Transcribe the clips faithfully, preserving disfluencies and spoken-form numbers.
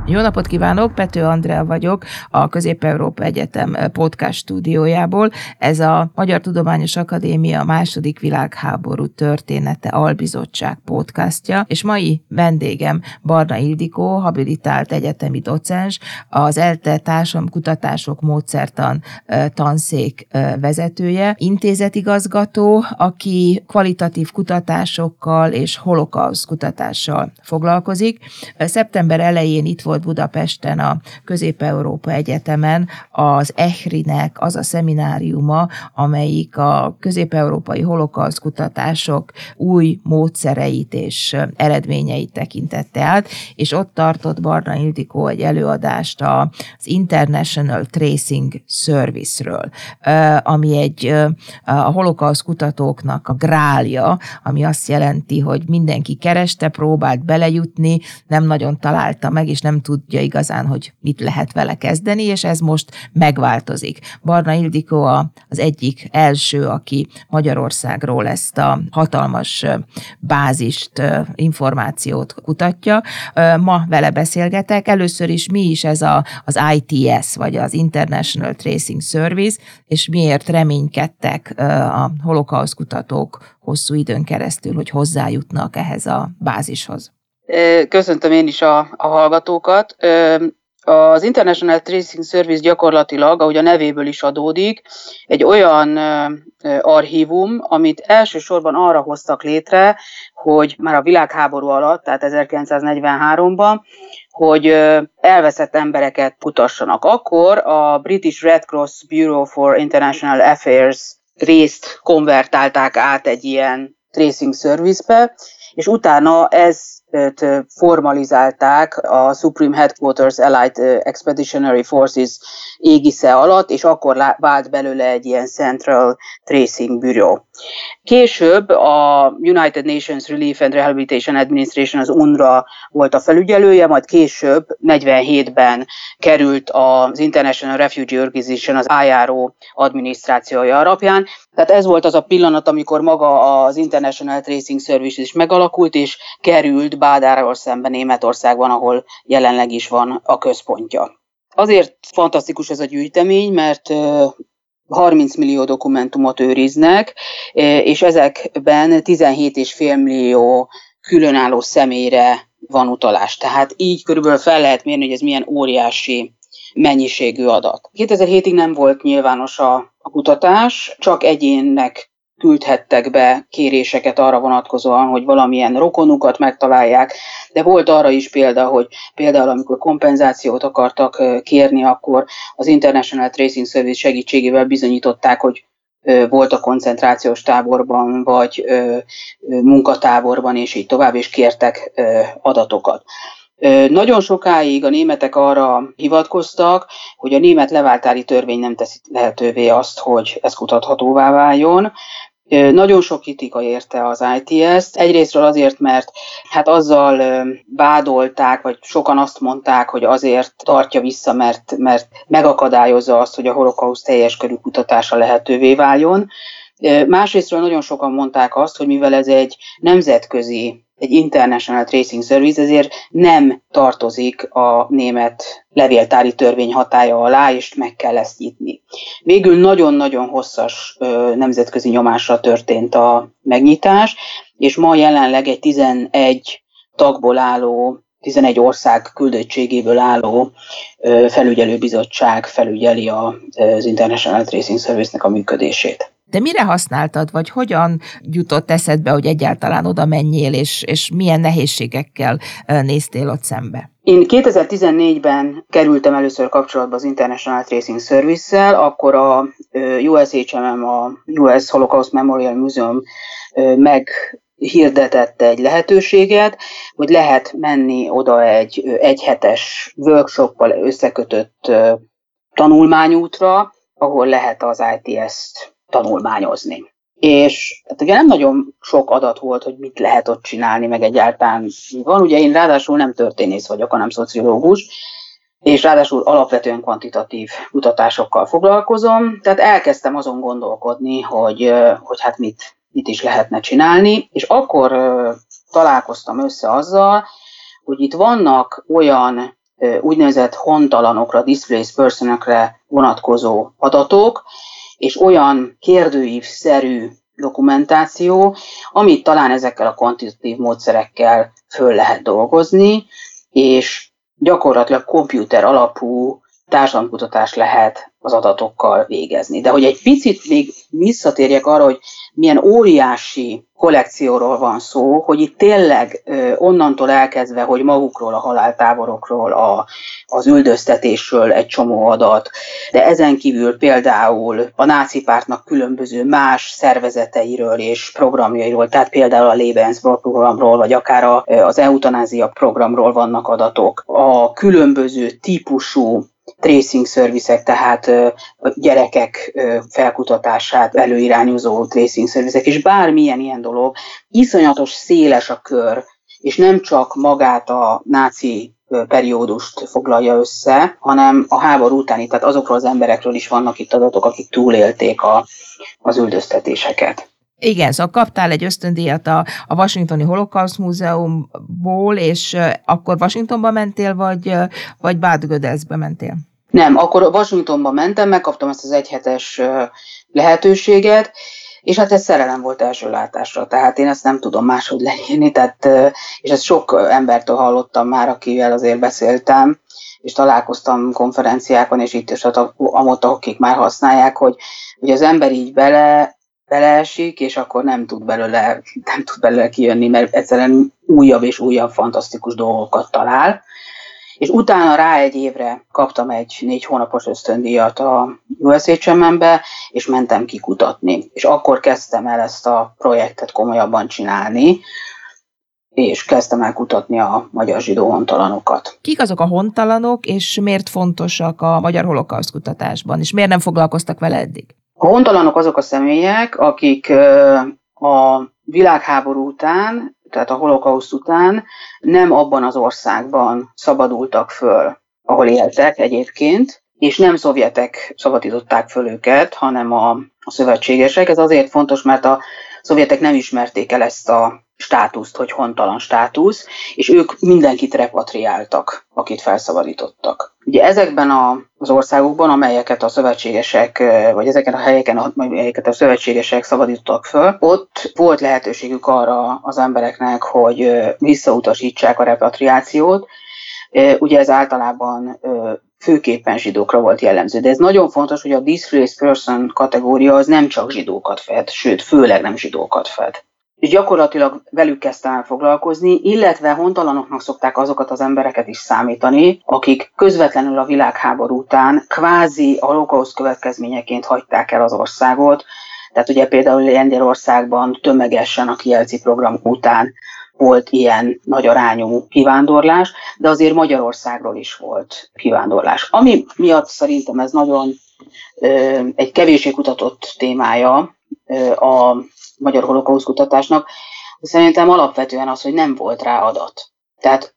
Jó napot kívánok, Pető Andrea vagyok, a Közép-Európa Egyetem podcast stúdiójából. Ez a Magyar Tudományos Akadémia második világháború története albizottság podcastja, és mai vendégem Barna Ildikó, habilitált egyetemi docens, az ELTE Társadalomkutatások Módszertan tanszék vezetője, intézetigazgató, aki kvalitatív kutatásokkal és holokauszt kutatással foglalkozik. Szeptember elején itt volt Budapesten a Közép-Európa Egyetemen az E H R I-nek az a szemináriuma, amelyik a közép-európai holokauszt kutatások új módszereit és eredményeit tekintette át, és ott tartott Barna Ildikó egy előadást az International Tracing Service-ről, ami egy a holokauszt kutatóknak a grálja, ami azt jelenti, hogy mindenki kereste, próbált belejutni, nem nagyon találta meg, és nem tudja igazán, hogy mit lehet vele kezdeni, és ez most megváltozik. Barna Ildikó az egyik első, aki Magyarországról ezt a hatalmas bázist, információt kutatja. Ma vele beszélgetek. Először is mi is ez a, az I T S, vagy az International Tracing Service, és miért reménykedtek a holokauszt kutatók hosszú időn keresztül, hogy hozzájutnak ehhez a bázishoz. Köszöntöm én is a, a hallgatókat. Az International Tracing Service gyakorlatilag, ahogy a nevéből is adódik, egy olyan archívum, amit elsősorban arra hoztak létre, hogy már a világháború alatt, tehát ezerkilencszáznegyvenháromban, hogy elveszett embereket kutassanak. Akkor a British Red Cross Bureau for International Affairs részt konvertálták át egy ilyen tracing service-be, és utána ez formalizálták a Supreme Headquarters Allied Expeditionary Forces égisze alatt, és akkor vált belőle egy ilyen Central Tracing Bureau. Később a United Nations Relief and Rehabilitation Administration, az U N R W A volt a felügyelője, majd később negyvenhétben került az International Refugee Organization, az I R O adminisztrációja alapján. Tehát ez volt az a pillanat, amikor maga az International Tracing Service is megalakult, és került Bádáról szemben Németországban, ahol jelenleg is van a központja. Azért fantasztikus ez a gyűjtemény, mert harminc millió dokumentumot őriznek, és ezekben tizenhét egész öt millió különálló személyre van utalás. Tehát így körülbelül fel lehet mérni, hogy ez milyen óriási mennyiségű adat. kétezer-hétig nem volt nyilvános a, a kutatás, csak egyénnek küldhettek be kéréseket arra vonatkozóan, hogy valamilyen rokonukat megtalálják, de volt arra is példa, hogy például amikor kompenzációt akartak kérni, akkor az International Tracing Service segítségével bizonyították, hogy volt a koncentrációs táborban, vagy munkatáborban, és így tovább, és kértek adatokat. Nagyon sokáig a németek arra hivatkoztak, hogy a német leváltári törvény nem teszi lehetővé azt, hogy ez kutathatóvá váljon. Nagyon sok kritika érte az I T S-t, egyrésztről azért, mert hát azzal vádolták, vagy sokan azt mondták, hogy azért tartja vissza, mert, mert megakadályozza azt, hogy a holokauszt teljes körű kutatása lehetővé váljon. Másrésztről nagyon sokan mondták azt, hogy mivel ez egy nemzetközi, egy International Tracing Service, ezért nem tartozik a német levéltári törvény hatálya alá, és meg kell ezt nyitni. Végül nagyon-nagyon hosszas ö, nemzetközi nyomásra történt a megnyitás, és ma jelenleg egy tizenegy tagból álló, tizenegy ország küldöttségéből álló ö, felügyelőbizottság felügyeli a, az International Tracing Service-nek a működését. De mire használtad, vagy hogyan jutott eszedbe, hogy egyáltalán oda menjél, és, és milyen nehézségekkel néztél ott szembe? Én kétezer-tizennégyben kerültem először kapcsolatba az International Tracing Service-szel, akkor a U S H M M, a U S Holocaust Memorial Museum meghirdetett egy lehetőséget, hogy lehet menni oda egy egyhetes workshoppal összekötött tanulmányútra, ahol lehet az I T S-t tanulmányozni. És hát ugye nem nagyon sok adat volt, hogy mit lehet ott csinálni, meg egyáltalán mi van. Ugye én ráadásul nem történész vagyok, hanem szociológus, és ráadásul alapvetően kvantitatív kutatásokkal foglalkozom, tehát elkezdtem azon gondolkodni, hogy, hogy hát mit, mit is lehetne csinálni, és akkor találkoztam össze azzal, hogy itt vannak olyan úgynevezett hontalanokra, displaced personokra vonatkozó adatok, és olyan kérdőívszerű dokumentáció, amit talán ezekkel a kvantitatív módszerekkel föl lehet dolgozni, és gyakorlatilag komputer alapú társadalomkutatást lehet az adatokkal végezni. De hogy egy picit még visszatérjek arra, hogy milyen óriási kollekcióról van szó, hogy itt tényleg onnantól elkezdve, hogy magukról, a haláltáborokról, a, az üldöztetésről egy csomó adat, de ezen kívül például a náci pártnak különböző más szervezeteiről és programjairól, tehát például a Lebensborn programról, vagy akár a, az eutanázia programról vannak adatok. A különböző típusú tracing servicek, tehát a gyerekek felkutatását előirányozó tracing servicek, és bármilyen ilyen dolog, iszonyatos széles a kör, és nem csak magát a náci periódust foglalja össze, hanem a háború utáni, tehát azokról az emberekről is vannak itt adatok, akik túlélték a, az üldöztetéseket. Igen, szóval kaptál egy ösztöndíjat a, a Washingtoni Holocaust Múzeumból, és akkor Washingtonba mentél, vagy, vagy Bad Godesbe mentél? Nem, akkor Washingtonba mentem, megkaptam ezt az egyhetes lehetőséget, és hát ez szerelem volt első látásra, tehát én ezt nem tudom máshogy leírni, tehát, és ezt sok embertől hallottam már, akivel azért beszéltem, és találkoztam konferenciákon, és itt is amott, akik már használják, hogy, hogy az ember így bele beleesik, és akkor nem tud belőle, nem tud belőle kijönni, mert egyszerűen újabb és újabb fantasztikus dolgokat talál. És utána rá egy évre kaptam egy négy hónapos ösztöndíjat a U S H M M-be, és mentem kikutatni. És akkor kezdtem el ezt a projektet komolyabban csinálni, és kezdtem el kutatni a magyar zsidó hontalanokat. Kik azok a hontalanok, és miért fontosak a magyar holokauszt kutatásban, és miért nem foglalkoztak vele eddig? A hontalanok azok a személyek, akik a világháború után, tehát a holokauszt után nem abban az országban szabadultak föl, ahol éltek egyébként, és nem szovjetek szabadították föl őket, hanem a, a szövetségesek. Ez azért fontos, mert a szovjetek nem ismerték el ezt a státuszt, hogy hontalan státusz, és ők mindenkit repatriáltak, akit felszabadítottak. Ugye ezekben a, az országokban, amelyeket a szövetségesek, vagy ezeken a helyeken, amelyeket a szövetségesek szabadítottak föl, ott volt lehetőségük arra az embereknek, hogy visszautasítsák a repatriációt. Ugye ez általában főképpen zsidókra volt jellemző, de ez nagyon fontos, hogy a displaced person kategória az nem csak zsidókat fed, sőt, főleg nem zsidókat fed. És gyakorlatilag velük kezdtem el foglalkozni, illetve hontalanoknak szokták azokat az embereket is számítani, akik közvetlenül a világháború után kvázi a holokauszt következményeként hagyták el az országot. Tehát ugye például Lengyelországban tömegesen a Kielci program után volt ilyen nagy arányú kivándorlás, de azért Magyarországról is volt kivándorlás. Ami miatt szerintem ez nagyon ö, egy kevéssé kutatott témája ö, a magyar holokauszt kutatásnak, szerintem alapvetően az, hogy nem volt rá adat. Tehát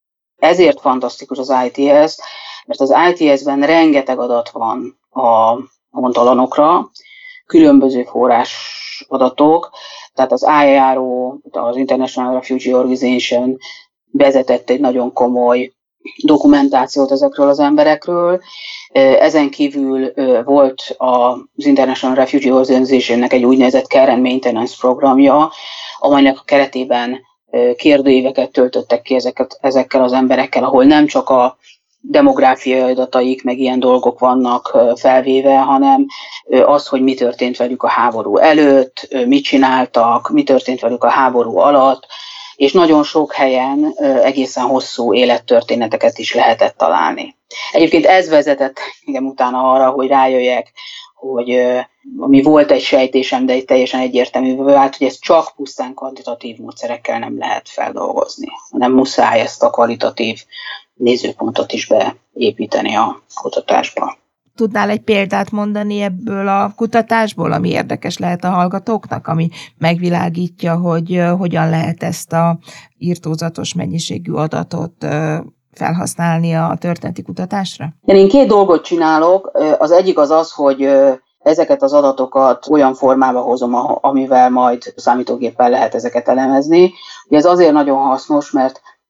ezért fantasztikus az I T S, mert az I T S-ben rengeteg adat van a hontalanokra, különböző forrás adatok, tehát az I A R O, az International Refugee Organization vezetett egy nagyon komoly dokumentációt ezekről az emberekről. Ezen kívül volt az International Refugee Organization-nek egy úgynevezett Care and Maintenance programja, amelynek a keretében kérdőíveket töltöttek ki ezeket, ezekkel az emberekkel, ahol nem csak a demográfiai adataik, meg ilyen dolgok vannak felvéve, hanem az, hogy mi történt velük a háború előtt, mit csináltak, mi történt velük a háború alatt, és nagyon sok helyen egészen hosszú élettörténeteket is lehetett találni. Egyébként ez vezetett engem utána arra, hogy rájöjjek, hogy ami volt egy sejtésem, de egy teljesen egyértelművé vált, hogy ezt csak pusztán kvantitatív módszerekkel nem lehet feldolgozni, hanem muszáj ezt a kvalitatív nézőpontot is beépíteni a kutatásba. Tudnál egy példát mondani ebből a kutatásból, ami érdekes lehet a hallgatóknak, ami megvilágítja, hogy hogyan lehet ezt a irtózatos mennyiségű adatot felhasználni a történeti kutatásra? Én két dolgot csinálok. Az egyik az az, hogy ezeket az adatokat olyan formába hozom, amivel majd számítógéppel lehet ezeket elemezni. Ez azért nagyon hasznos, mert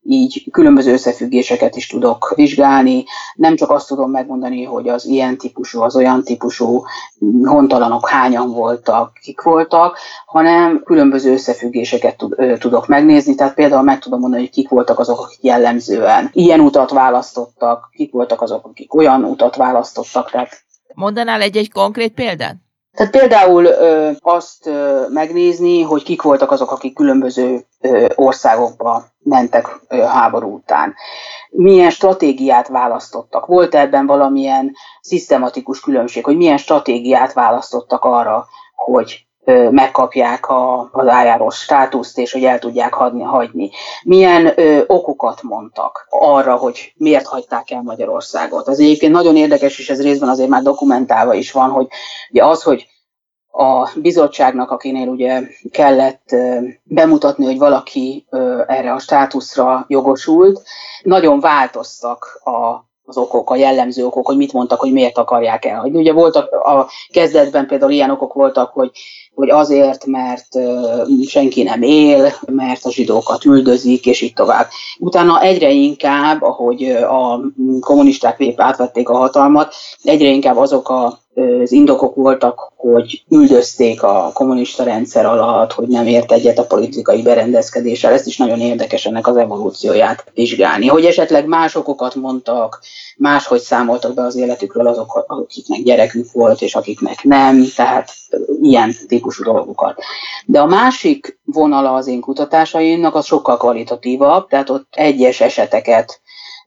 így különböző összefüggéseket is tudok vizsgálni. Nem csak azt tudom megmondani, hogy az ilyen típusú, az olyan típusú hontalanok hányan voltak, kik voltak, hanem különböző összefüggéseket tudok megnézni. Tehát például meg tudom mondani, hogy kik voltak azok, akik jellemzően ilyen utat választottak, kik voltak azok, akik olyan utat választottak. Tehát mondanál egy-egy konkrét példát? Tehát például ö, azt ö, megnézni, hogy kik voltak azok, akik különböző ö, országokba mentek ö, háború után. Milyen stratégiát választottak? Volt ebben valamilyen szisztematikus különbség, hogy milyen stratégiát választottak arra, hogy ö, megkapják a, az ájárós státuszt, és hogy el tudják hagyni. hagyni. Milyen ö, okokat mondtak arra, hogy miért hagyták el Magyarországot. Ez egyébként nagyon érdekes, és ez részben azért már dokumentálva is van, hogy ugye az, hogy a bizottságnak, akinél ugye kellett bemutatni, hogy valaki erre a státuszra jogosult, nagyon változtak a az okok, a jellemző okok, hogy mit mondtak, hogy miért akarják elhagyni. Ugye voltak a kezdetben például ilyen okok voltak, hogy, hogy azért, mert senki nem él, mert a zsidókat üldözik, és így tovább. Utána egyre inkább, ahogy a kommunisták épp átvették a hatalmat, egyre inkább azok a az indokok voltak, hogy üldözték a kommunista rendszer alatt, hogy nem ért egyet a politikai berendezkedéssel. Ezt is nagyon érdekes ennek az evolúcióját vizsgálni. Hogy esetleg más okokat mondtak, máshogy számoltak be az életükről azok, akiknek gyerekük volt, és akiknek nem, tehát ilyen típusú dolgokat. De a másik vonala az én kutatásaimnak az sokkal kvalitatívabb, tehát ott egyes eseteket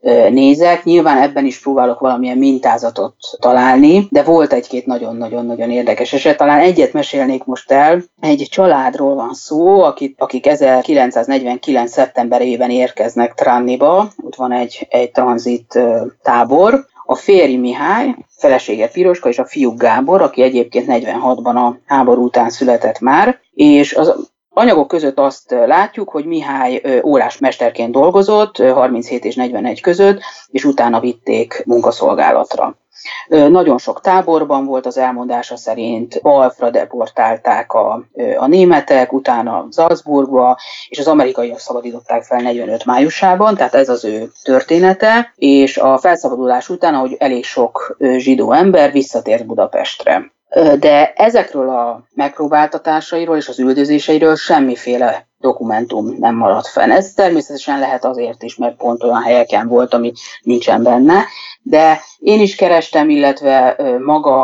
nézek. Nyilván ebben is próbálok valamilyen mintázatot találni, de volt egy-két nagyon-nagyon-nagyon érdekes eset. Talán egyet mesélnék most el. Egy családról van szó, akik, akik ezerkilencszáznegyvenkilenc. szeptemberében érkeznek Traniba. Ott van egy, egy tranzit tábor. A férj Mihály, felesége Piroska és a fiúk Gábor, aki egyébként negyvenhatban a háború után született már, és az anyagok között azt látjuk, hogy Mihály órásmesterként dolgozott harminchét és negyvenegy között, és utána vitték munkaszolgálatra. Nagyon sok táborban volt, az elmondása szerint Balfra deportálták a, a németek, utána Salzburgba, és az amerikaiak szabadították fel negyvenöt májusában, tehát ez az ő története, és a felszabadulás után, ahogy elég sok zsidó ember visszatért Budapestre. De ezekről a megpróbáltatásairól és az üldözéseiről semmiféle dokumentum nem maradt fenn. Ez természetesen lehet azért is, mert pont olyan helyeken volt, ami nincsen benne, de én is kerestem, illetve maga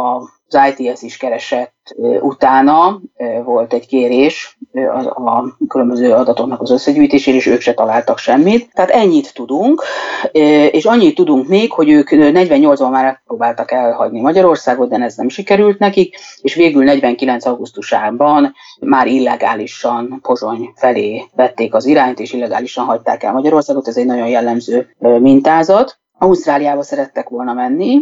az i té es is keresett utána, volt egy kérés a különböző adatoknak az összegyűjtésére, és ők se találtak semmit. Tehát ennyit tudunk, és annyit tudunk még, hogy ők negyvennyolcban már megpróbáltak elhagyni Magyarországot, de ez nem sikerült nekik, és végül negyvenkilenc augusztusában már illegálisan Pozsony felé vették az irányt, és illegálisan hagyták el Magyarországot. Ez egy nagyon jellemző mintázat. Ausztráliába szerettek volna menni,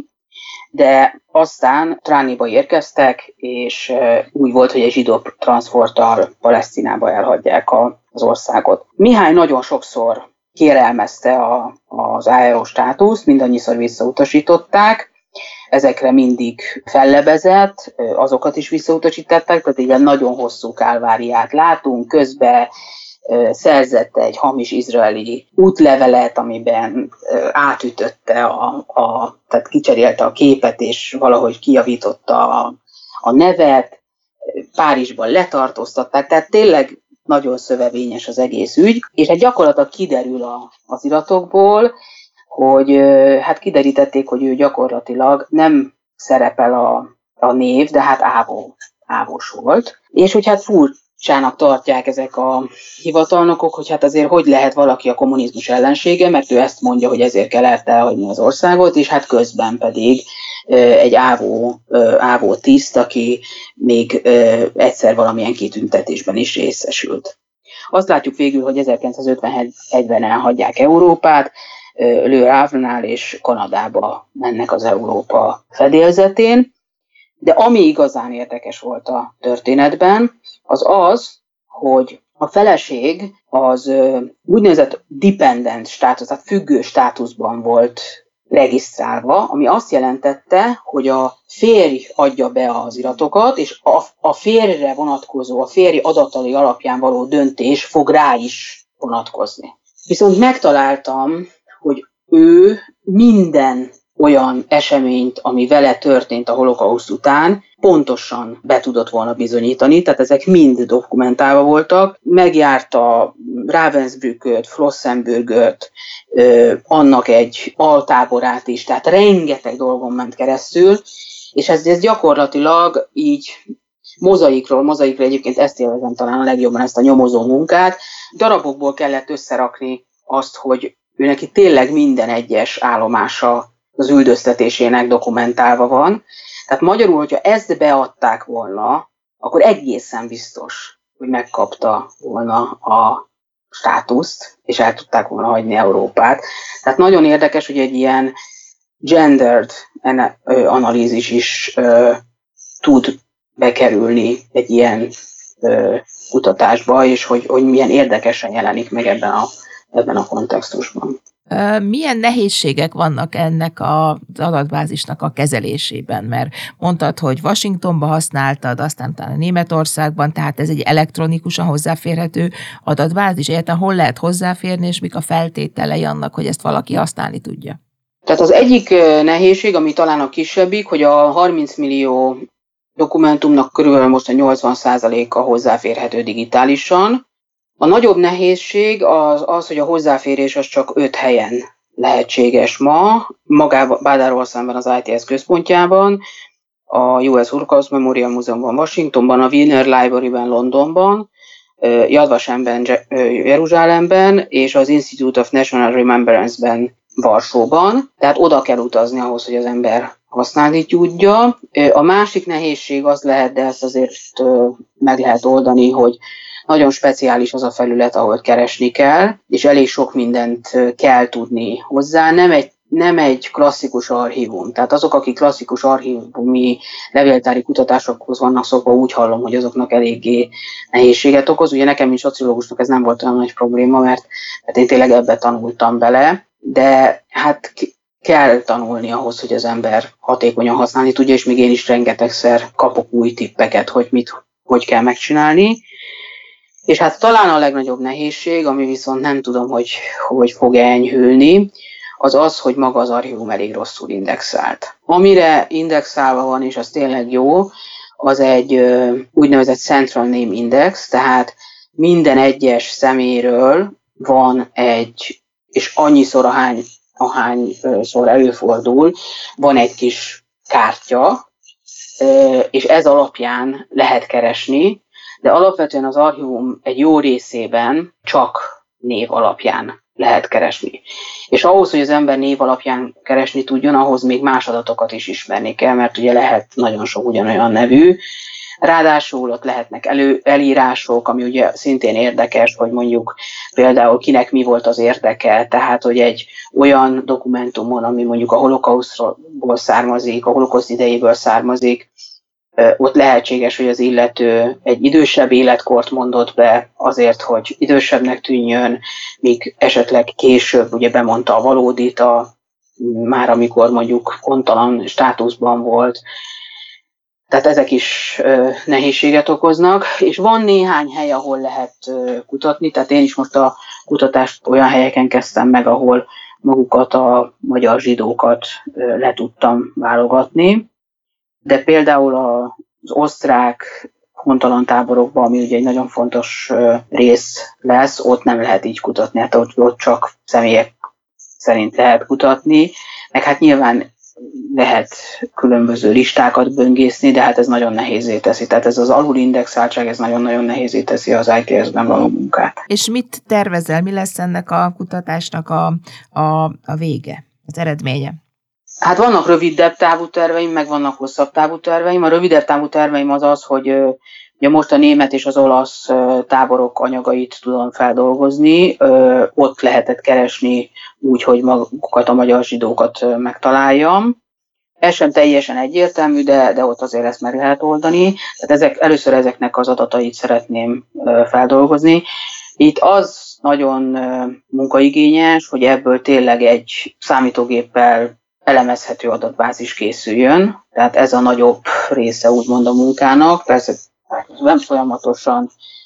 de aztán Traniba érkeztek, és úgy volt, hogy egy zsidó transzporttal Palesztinába elhagyják a, az országot. Mihály nagyon sokszor kérelmezte a, az ájáró státuszt, mindannyiszor visszautasították, ezekre mindig fellebezett, azokat is visszautasították, tehát egy nagyon hosszú kálváriát látunk, közben szerzett egy hamis izraeli útlevelet, amiben átütötte, a, a, tehát kicserélte a képet, és valahogy kijavította a, a nevet, Párizsban letartóztatták, tehát tényleg nagyon szövevényes az egész ügy, és hát gyakorlatilag kiderül a, az iratokból, hogy hát kiderítették, hogy ő gyakorlatilag nem szerepel a, a név, de hát ávó, ávós volt, és hogy hát furcsának tartják ezek a hivatalnokok, hogy hát azért hogy lehet valaki a kommunizmus ellensége, mert ő ezt mondja, hogy ezért kell elhagyni az országot, és hát közben pedig egy ávó, ávó tiszt, aki még egyszer valamilyen kitüntetésben is részesült. Azt látjuk végül, hogy ezerkilencszázötvenegyben elhagyják Európát, Le Havre-nál és Kanadába mennek az Európa fedélzetén, de ami igazán érdekes volt a történetben, az az, hogy a feleség az úgynevezett dependent státusz, tehát függő státuszban volt regisztrálva, ami azt jelentette, hogy a férj adja be az iratokat, és a, a férjre vonatkozó, a férj adatai alapján való döntés fog rá is vonatkozni. Viszont megtaláltam, hogy ő minden olyan eseményt, ami vele történt a holokauszt után, pontosan be tudott volna bizonyítani, tehát ezek mind dokumentálva voltak. Megjárta Ravensbrücköt, Flossenbürgöt, annak egy altáborát is, tehát rengeteg dolgon ment keresztül, és ez, ez gyakorlatilag így mozaikról, mozaikra egyébként ezt élvezem talán a legjobban, ezt a nyomozó munkát. Darabokból kellett összerakni azt, hogy ő neki tényleg minden egyes állomása az üldöztetésének dokumentálva van. Tehát magyarul, hogyha ezt beadták volna, akkor egészen biztos, hogy megkapta volna a státuszt, és el tudták volna hagyni Európát. Tehát nagyon érdekes, hogy egy ilyen gendered analízis is uh, tud bekerülni egy ilyen uh, kutatásba, és hogy, hogy milyen érdekesen jelenik meg ebben a, ebben a kontextusban. Milyen nehézségek vannak ennek az adatbázisnak a kezelésében? Mert mondtad, hogy Washingtonban használtad, aztán talán Németországban, tehát ez egy elektronikusan hozzáférhető adatbázis. Egyáltalán hol lehet hozzáférni, és mik a feltételei annak, hogy ezt valaki használni tudja? Tehát az egyik nehézség, ami talán a kisebbik, hogy a harminc millió dokumentumnak körülbelül most a nyolcvan százaléka hozzáférhető digitálisan. A nagyobb nehézség az, az, hogy a hozzáférés az csak öt helyen lehetséges ma, magában Bádáról-szemben az i té es központjában, a u es Holocaust Memorial Múzeumban Washingtonban, a Wiener Library-ben Londonban, Yad Vashemben Jeruzsálemben, és az Institute of National Remembrance-ben Varsóban. Tehát oda kell utazni ahhoz, hogy az ember használni tudja. A másik nehézség az lehet, de ezt azért meg lehet oldani, hogy nagyon speciális az a felület, ahol keresni kell, és elég sok mindent kell tudni hozzá. Nem egy, nem egy klasszikus archívum. Tehát azok, akik klasszikus archívumi levéltári kutatásokhoz vannak szokva, úgy hallom, hogy azoknak eléggé nehézséget okoz. Ugye nekem, mint szociológusnak ez nem volt olyan nagy probléma, mert hát én tényleg ebbe tanultam bele, de hát kell tanulni ahhoz, hogy az ember hatékonyan használni tudja, és még én is rengetegszer kapok új tippeket, hogy mit, hogy kell megcsinálni. És hát talán a legnagyobb nehézség, ami viszont nem tudom, hogy, hogy fog enyhülni, az az, hogy maga az archívum elég rosszul indexált. Amire indexálva van, és az tényleg jó, az egy ö, úgynevezett Central Name Index, tehát minden egyes személyről van egy, és annyiszor, ahány, ahányszor előfordul, van egy kis kártya, ö, és ez alapján lehet keresni, de alapvetően az archívum egy jó részében csak név alapján lehet keresni. És ahhoz, hogy az ember név alapján keresni tudjon, ahhoz még más adatokat is ismerni kell, mert ugye lehet nagyon sok ugyanolyan nevű. Ráadásul ott lehetnek elő, elírások, ami ugye szintén érdekes, hogy mondjuk például kinek mi volt az érdeke, tehát hogy egy olyan dokumentumon, ami mondjuk a holokausztból származik, a holokauszt idejéből származik, ott lehetséges, hogy az illető egy idősebb életkort mondott be azért, hogy idősebbnek tűnjön, míg esetleg később ugye bemondta a valódit, a, már amikor mondjuk hontalan státuszban volt. Tehát ezek is nehézséget okoznak, és van néhány hely, ahol lehet kutatni, tehát én is most a kutatást olyan helyeken kezdtem meg, ahol magukat a magyar zsidókat le tudtam válogatni. De például az osztrák hontalan táborokban, ami ugye egy nagyon fontos rész lesz, ott nem lehet így kutatni, hát ott, ott csak személyek szerint lehet kutatni, meg hát nyilván lehet különböző listákat böngészni, de hát ez nagyon nehézé teszi. Tehát ez az alulindexáltság, ez nagyon-nagyon nehézé teszi az i té es-ben való munkát. És mit tervezel, mi lesz ennek a kutatásnak a, a, a vége, az eredménye? Hát vannak rövidebb távú terveim, meg vannak hosszabb távú terveim. A rövidebb távú terveim az az, hogy ugye most a német és az olasz táborok anyagait tudom feldolgozni. Ott lehetett keresni úgy, hogy magukat a magyar zsidókat megtaláljam. Ez sem teljesen egyértelmű, de, de ott azért ezt meg lehet oldani. Tehát ezek, először ezeknek az adatait szeretném feldolgozni. Itt az nagyon munkaigényes, hogy ebből tényleg egy számítógéppel elemezhető adatbázis készüljön, tehát ez a nagyobb része úgymond a munkának, persze nem folyamatosan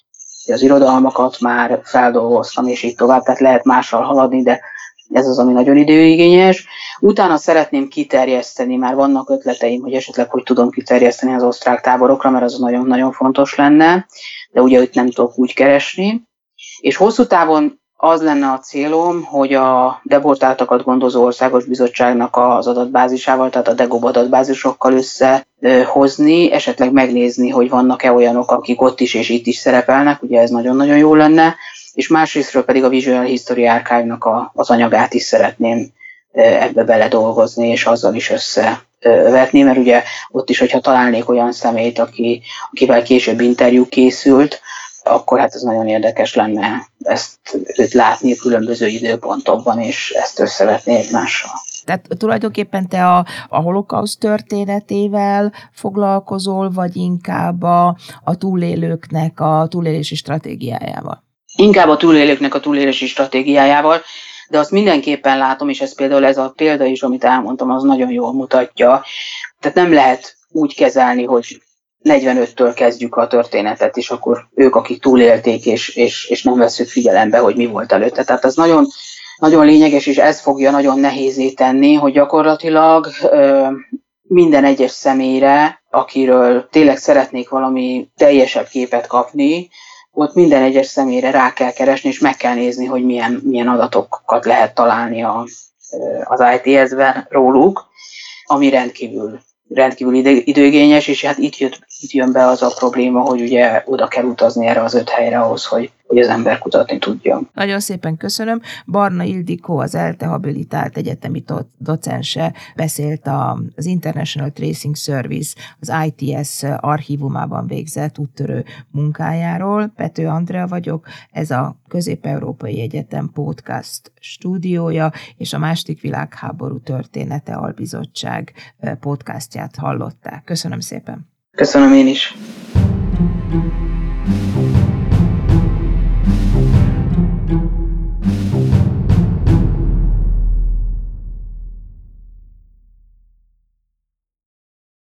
az irodalmakat már feldolgoztam, és így tovább, tehát lehet mással haladni, de ez az, ami nagyon időigényes. Utána szeretném kiterjeszteni, már vannak ötleteim, hogy esetleg hogy tudom kiterjeszteni az osztrák táborokra, mert az nagyon-nagyon fontos lenne, de ugye itt nem tudok úgy keresni. És hosszú távon az lenne a célom, hogy a deportáltakat gondozó országos bizottságnak az adatbázisával, tehát a DEGOB adatbázisokkal összehozni, esetleg megnézni, hogy vannak-e olyanok, akik ott is és itt is szerepelnek, ugye ez nagyon-nagyon jó lenne, és másrésztről pedig a Visual History Archive-nak a, az anyagát is szeretném ebbe beledolgozni, és azzal is összevetni, mert ugye ott is, hogyha találnék olyan személyt, aki, akivel később interjú készült, akkor hát ez nagyon érdekes lenne ezt őt látni különböző időpontokban, és ezt összevetni egymással. Tehát tulajdonképpen te a, a holokauszt történetével foglalkozol, vagy inkább a, a túlélőknek a túlélési stratégiájával? Inkább a túlélőknek a túlélési stratégiájával, de azt mindenképpen látom, és ez például ez a példa is, amit elmondtam, az nagyon jól mutatja. Tehát nem lehet úgy kezelni, hogy negyvenöttől kezdjük a történetet, és akkor ők, akik túlélték, és, és, és nem veszük figyelembe, hogy mi volt előtte. Tehát ez nagyon, nagyon lényeges, és ez fogja nagyon nehézé tenni, hogy gyakorlatilag ö, minden egyes személyre, akiről tényleg szeretnék valami teljesebb képet kapni, ott minden egyes személyre rá kell keresni, és meg kell nézni, hogy milyen, milyen adatokat lehet találni a, az i té es-ben róluk, ami rendkívül rendkívül időigényes, és hát itt, jött, itt jön be az a probléma, hogy ugye oda kell utazni erre az öt helyre ahhoz, hogy, hogy az ember kutatni tudjon. Nagyon szépen köszönöm. Barna Ildikó, az ELTE habilitált egyetemi docense beszélt az International Tracing Service, az i té es archívumában végzett úttörő munkájáról. Pető Andrea vagyok, ez a Közép-Európai Egyetem podcast stúdiója, és a második világháború története albizottság podcastját hallották. Köszönöm szépen. Köszönöm én is.